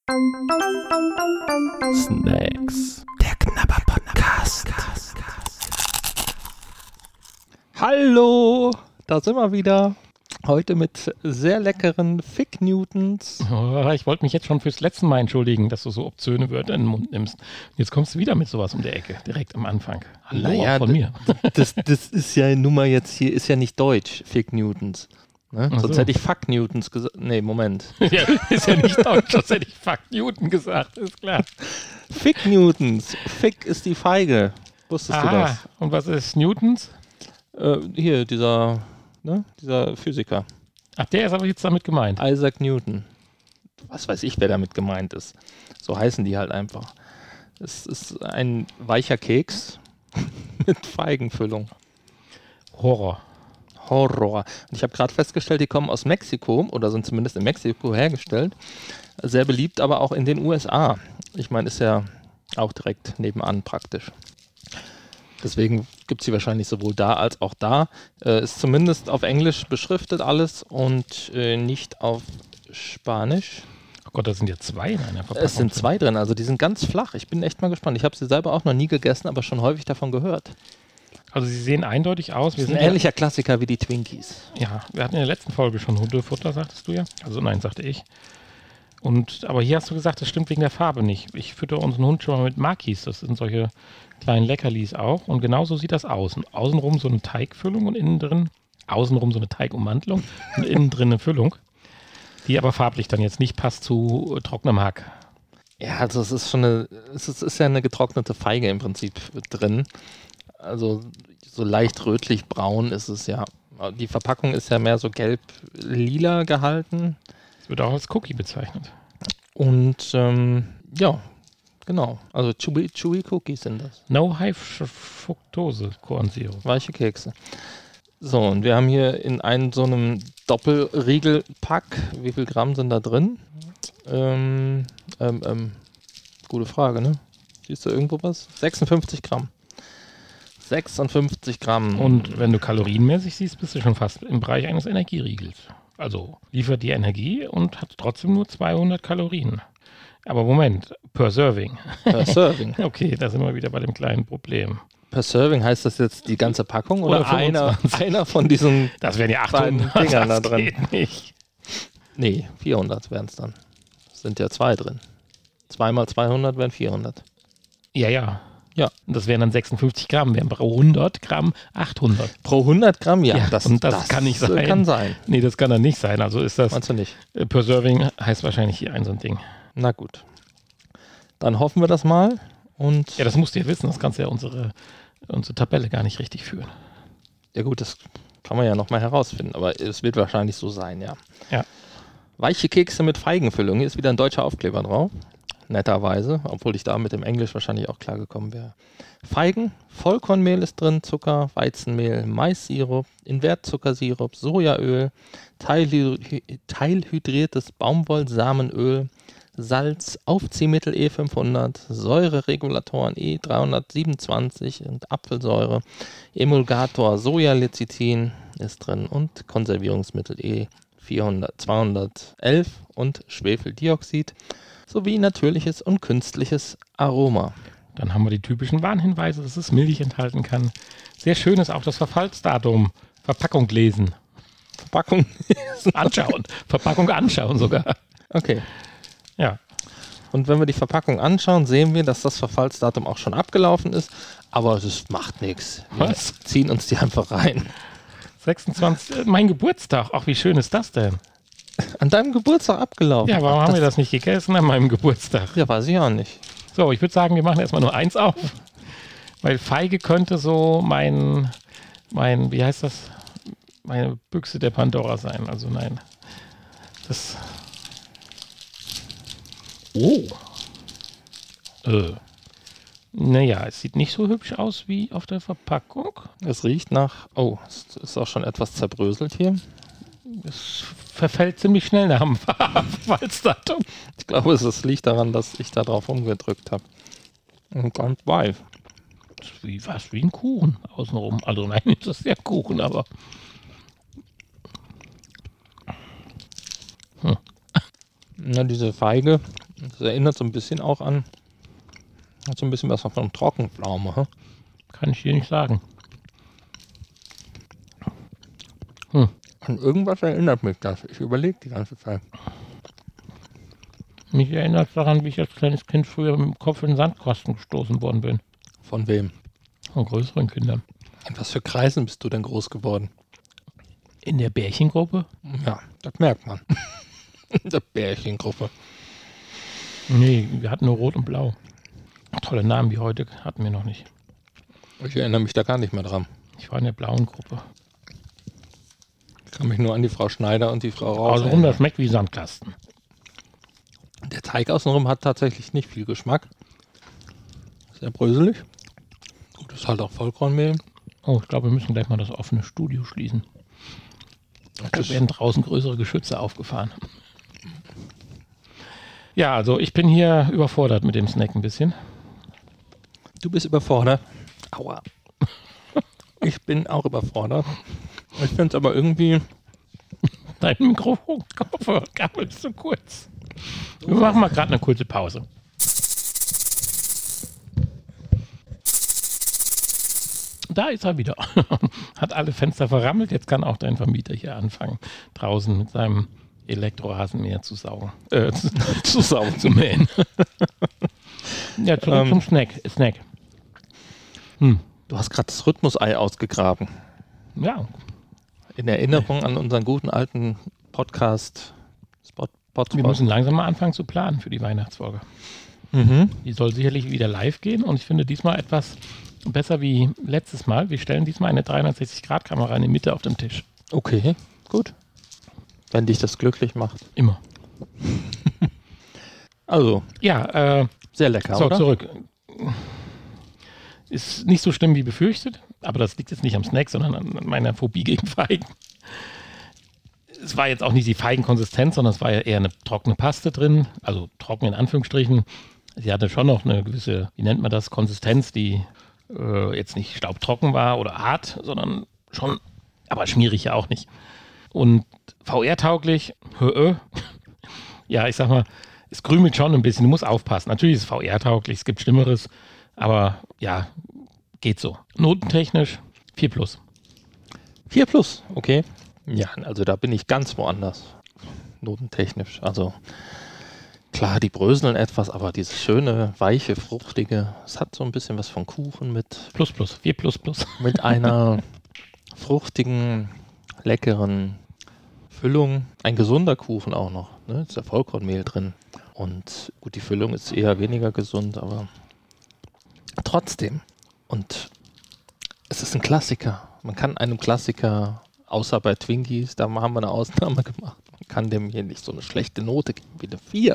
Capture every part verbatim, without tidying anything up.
Snacks. Der Knabber-Podcast. Hallo, da sind wir wieder. Heute mit sehr leckeren Fig Newtons. Oh, ich wollte mich jetzt schon fürs letzte Mal entschuldigen, dass du so obszöne Wörter in den Mund nimmst. Jetzt kommst du wieder mit sowas um die Ecke, direkt am Anfang. Hallo, naja, auch von mir. Das, das ist ja nun mal jetzt hier, ist ja nicht deutsch, Fig Newtons. Ne? Ach Sonst so. hätte ich Fuck Newtons gesagt. Nee, Moment. Ja, ist ja nicht deutsch, das hätte ich Fuck Newton gesagt, ist klar. Fig Newtons. Fig ist die Feige. Wusstest du Ah, das? und was ist Newtons? Äh, hier, dieser, ne? dieser Physiker. Ach, der ist aber jetzt damit gemeint. Isaac Newton. Was weiß ich, wer damit gemeint ist. So heißen die halt einfach. Es ist ein weicher Keks mit Feigenfüllung. Horror. Horror. Und ich habe gerade festgestellt, die kommen aus Mexiko oder sind zumindest in Mexiko hergestellt. Sehr beliebt, aber auch in den U S A. Ich meine, ist ja auch direkt nebenan praktisch. Deswegen gibt es sie wahrscheinlich sowohl da als auch da. Äh, ist zumindest auf Englisch beschriftet alles und äh, nicht auf Spanisch. Oh Gott, da sind ja zwei in einer Verpackung. Es sind zwei drin, also die sind ganz flach. Ich bin echt mal gespannt. Ich habe sie selber auch noch nie gegessen, aber schon häufig davon gehört. Also sie sehen eindeutig aus. Wir Das ist ein sind ähnlicher Klassiker wie die Twinkies. Ja, wir hatten in der letzten Folge schon Hundefutter, sagtest du ja. Also nein, sagte ich. Und, aber hier hast du gesagt, das stimmt wegen der Farbe nicht. Ich fütter unseren Hund schon mal mit Makis. Das sind solche kleinen Leckerlis auch. Und genauso sieht das aus. Und außenrum so eine Teigfüllung und innen drin, außenrum so eine Teigummantelung und innen drin eine Füllung, die aber farblich dann jetzt nicht passt zu äh, trockenem Hack. Ja, also es ist schon eine, es ist, ist ja eine getrocknete Feige im Prinzip drin. Also so leicht rötlich-braun ist es ja. Die Verpackung ist ja mehr so gelb-lila gehalten. Das wird auch als Cookie bezeichnet. Und ähm, ja, genau. Also Chewy, Chewy Cookies sind das. No High Fructose Kornsirup. Weiche Kekse. So, und wir haben hier in einem so einem Doppelriegelpack, wie viel Gramm sind da drin? Ähm, ähm, ähm, gute Frage, ne? Siehst du irgendwo was? sechsundfünfzig Gramm. sechsundfünfzig Gramm. Und wenn du kalorienmäßig siehst, bist du schon fast im Bereich eines Energieriegels. Also liefert dir Energie und hat trotzdem nur zweihundert Kalorien. Aber Moment, per Serving. Per Serving. Okay, da sind wir wieder bei dem kleinen Problem. Per Serving heißt das jetzt die ganze Packung oder, Oder einer, einer von diesen Das wären ja kleinen achthundert. Dingern da Das drin? geht nicht. Nee, vierhundert wären es dann. Es sind ja zwei drin. zwei mal zweihundert wären vierhundert. Ja, ja. Ja. Und das wären dann sechsundfünfzig Gramm. Wären pro hundert Gramm achthundert. Pro hundert Gramm? Ja, Ja, das, und das kann nicht äh, sein. kann sein. Nee, das kann dann nicht sein. Also ist das Meinst du nicht? äh, per Serving heißt wahrscheinlich hier ein so ein Ding. Na gut. Dann hoffen wir das mal. Und Ja, das musst du ja wissen. Das kannst du ja unsere, unsere Tabelle gar nicht richtig führen. ja gut, das kann man ja nochmal herausfinden, aber es wird wahrscheinlich so sein, ja. Ja. Weiche Kekse mit Feigenfüllung. Hier ist wieder ein deutscher Aufkleber drauf. Netterweise, obwohl ich da mit dem Englisch wahrscheinlich auch klargekommen wäre. Feigen, Vollkornmehl ist drin, Zucker, Weizenmehl, Maissirup, Invertzuckersirup, Sojaöl, teilhy- teilhydriertes Baumwollsamenöl, Salz, Aufziehmittel E fünfhundert, Säureregulatoren E dreihundertsiebenundzwanzig und Apfelsäure, Emulgator Sojalecithin ist drin und Konservierungsmittel E vierhundert, zweihundertelf und Schwefeldioxid sowie natürliches und künstliches Aroma. Dann haben wir die typischen Warnhinweise, dass es Milch enthalten kann. Sehr schön ist auch das Verfallsdatum. Verpackung lesen. Verpackung. Anschauen. Verpackung anschauen sogar. Okay. Ja. Und wenn wir die Verpackung anschauen, sehen wir, dass das Verfallsdatum auch schon abgelaufen ist. Aber es macht nichts. Wir Was? ziehen uns die einfach rein. sechsundzwanzig, äh, mein Geburtstag. Ach, wie schön ist das denn? An deinem Geburtstag abgelaufen. Ja, warum Ach, haben wir das nicht gegessen an meinem Geburtstag? Ja, weiß ich auch nicht. So, ich würde sagen, wir machen erstmal nur eins auf. Weil Feige könnte so mein, mein, wie heißt das? Meine Büchse der Pandora sein. Also nein. Das. Oh. Äh. Naja, es sieht nicht so hübsch aus wie auf der Verpackung. Es riecht nach... Oh, es ist auch schon etwas zerbröselt hier. Es verfällt ziemlich schnell nach dem Verfallsdatum. Ich glaube, es liegt daran, dass ich da drauf rumgedrückt habe. Und ganz weich. Das ist wie, fast wie ein Kuchen außenrum. Also nein, ist das ja Kuchen, aber... Hm. Na, diese Feige Das erinnert so ein bisschen auch an, hat so ein bisschen was von Trockenpflaume. Hm? Kann ich dir nicht sagen. Hm. An irgendwas erinnert mich das. Ich überlege die ganze Zeit. Mich erinnert es daran, wie ich als kleines Kind früher mit dem Kopf in den Sandkasten gestoßen worden bin. Von wem? Von größeren Kindern. In was für Kreisen bist du denn groß geworden? In der Bärchengruppe? Ja, das merkt man. In der Bärchengruppe. Nee, wir hatten nur Rot und Blau. Tolle Namen wie heute hatten wir noch nicht. Ich erinnere mich da gar nicht mehr dran. Ich war in der blauen Gruppe. Ich kann mich nur an die Frau Schneider und die Frau Raus Außenrum, erinnern. das schmeckt wie Sandkasten. Der Teig außenrum hat tatsächlich nicht viel Geschmack. Sehr bröselig. Gut, ist halt auch Vollkornmehl. Oh, ich glaube, wir müssen gleich mal das offene Studio schließen. Da Das werden draußen größere Geschütze aufgefahren. Ja, also ich bin hier überfordert mit dem Snack ein bisschen. Du bist überfordert. Aua. Ich bin auch überfordert. Ich finde es aber irgendwie... Dein Mikrofonkopfhörer ist zu kurz. Wir machen mal gerade eine kurze Pause. Da ist er wieder. Hat alle Fenster verrammelt. Jetzt kann auch dein Vermieter hier anfangen, draußen mit seinem Elektrorasenmäher zu saugen. Äh, zu, zu saugen, zu mähen. Ja, zurück Ähm. zum Snack. Snack. Hm. Du hast gerade das Rhythmusei ausgegraben. Ja, In Erinnerung an unseren guten alten Podcast. Spot, Pod, wir müssen langsam mal anfangen zu planen für die Weihnachtsfolge. Mhm. Die soll sicherlich wieder live gehen und ich finde diesmal etwas besser wie letztes Mal. Wir stellen diesmal eine dreihundertsechzig Grad Kamera in die Mitte auf dem Tisch. Okay, gut. Wenn dich das glücklich macht. Immer. Also, Ja, äh, sehr lecker, so, oder? zurück. Ist nicht so schlimm wie befürchtet, aber das liegt jetzt nicht am Snack, sondern an meiner Phobie gegen Feigen. Es war jetzt auch nicht die Feigenkonsistenz, sondern es war ja eher eine trockene Paste drin, also trocken in Anführungsstrichen. Sie hatte schon noch eine gewisse, wie nennt man das, Konsistenz, die äh, jetzt nicht staubtrocken war oder hart, sondern schon, aber schmierig ja auch nicht. Und V R-tauglich, hö, ja, ich sag mal, es krümelt schon ein bisschen, du musst aufpassen. Natürlich ist es V R-tauglich, es gibt Schlimmeres, aber ja, geht so. Notentechnisch vier plus. vier plus, okay. Ja, also da bin ich ganz woanders. Notentechnisch. Also klar, die bröseln etwas, aber dieses schöne, weiche, fruchtige, es hat so ein bisschen was von Kuchen mit, Plus plus, vier plus plus. mit einer fruchtigen, leckeren Füllung. Ein gesunder Kuchen auch noch. Ne? Ist ja Vollkornmehl drin. Und gut, die Füllung ist eher weniger gesund, aber trotzdem. Und es ist ein Klassiker. Man kann einem Klassiker, außer bei Twinkies, da haben wir eine Ausnahme gemacht. Man kann dem hier nicht so eine schlechte Note geben wie eine vier.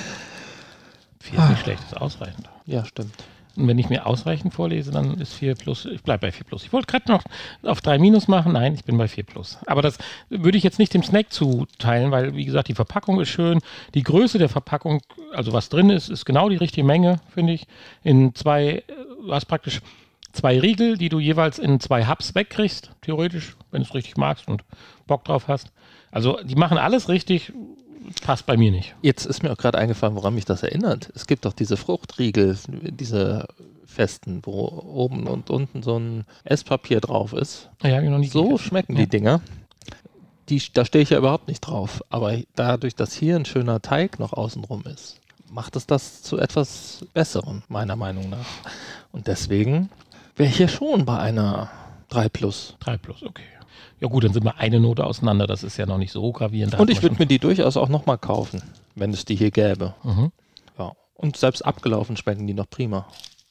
vier ist nicht schlecht, ist ausreichend. Ja, stimmt. Und wenn ich mir ausreichend vorlese, dann ist vier plus, ich bleibe bei vier plus. Ich wollte gerade noch auf drei minus machen, nein, ich bin bei vier plus. Aber das würde ich jetzt nicht dem Snack zuteilen, weil, wie gesagt, die Verpackung ist schön. Die Größe der Verpackung, also was drin ist, ist genau die richtige Menge, finde ich. In zwei, du hast praktisch zwei Riegel, die du jeweils in zwei Hubs wegkriegst, theoretisch, wenn du es richtig magst und Bock drauf hast. Also die machen alles richtig, passt bei mir nicht. Jetzt ist mir auch gerade eingefallen, woran mich das erinnert. Es gibt doch diese Fruchtriegel, diese festen, wo oben und unten so ein Esspapier drauf ist. Ja, genau, nicht So gegessen. schmecken Ja. die Dinger. Die, da stehe ich ja überhaupt nicht drauf. Aber dadurch, dass hier ein schöner Teig noch außenrum ist, macht es das zu etwas Besserem, meiner Meinung nach. Und deswegen wäre ich hier schon bei einer drei plus. drei plus, okay. Ja gut, dann sind wir eine Note auseinander, das ist ja noch nicht so gravierend. Da Und hat ich man würde mir die durchaus auch nochmal kaufen, wenn es die hier gäbe. schon- Mhm. Ja. Und selbst abgelaufen schmecken die noch prima.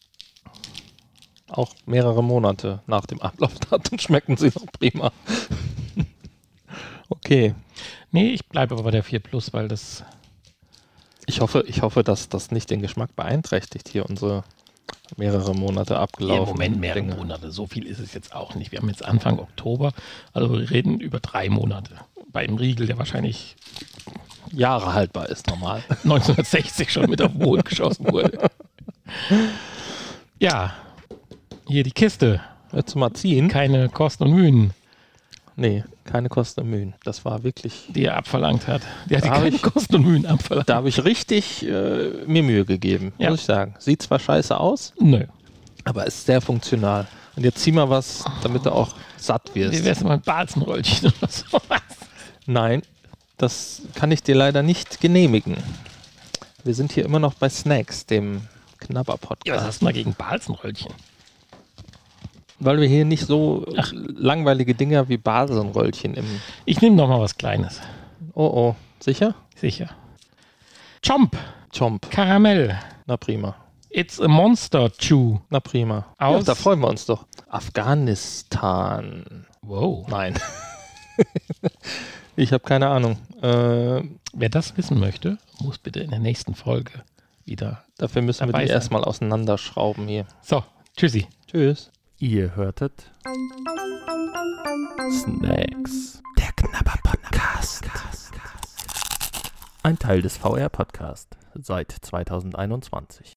Auch mehrere Monate nach dem Ablaufdatum schmecken sie noch prima. Okay. Nee, ich bleibe aber bei der vier plus, weil das, Ich hoffe, ich hoffe, dass das nicht den Geschmack beeinträchtigt, hier unsere mehrere Monate abgelaufen. im Moment mehrere Dinge. Monate, so viel ist es jetzt auch nicht. Wir haben jetzt Anfang Oktober, also wir reden über drei Monate. Beim Riegel, der wahrscheinlich Jahre haltbar ist normal. neunzehnhundertsechzig schon mit auf den Boden geschossen wurde. Ja, hier die Kiste, Willst du mal ziehen? keine Kosten und Mühen. Nee, keine Kosten und Mühen. Das war wirklich... Die er abverlangt hat. Die hat Da die hab keine ich- Kosten und Mühen abverlangt. Da habe ich richtig äh, mir Mühe gegeben, Ja. muss ich sagen. Sieht zwar scheiße aus, Nö. aber ist sehr funktional. Und jetzt zieh mal was, damit du auch satt Wie wirst. wär's denn mal ein Balzenröllchen oder sowas? Nein, das kann ich dir leider nicht genehmigen. Wir sind hier immer noch bei Snacks, dem Ja, was Knabber-Podcast. hast du mal gegen Balzenröllchen? Weil wir hier nicht so Ach. langweilige Dinger wie Basenröllchen im... Ich nehme noch mal was Kleines. Oh oh, sicher? Sicher. Chomp. Chomp, Karamell. na prima. It's a Monster Chew. Na prima. Aus- Ja, da freuen wir uns doch. Afghanistan. Wow. Nein. Ich habe keine Ahnung. Äh, Wer das wissen möchte, muss bitte in der nächsten Folge wieder. dafür müssen wir Dabei die sein. erstmal auseinanderschrauben hier. So, tschüssi. Tschüss. Ihr hörtet Snacks. Der Knabber-Podcast. Ein Teil des V R-Podcast seit zweitausendeinundzwanzig.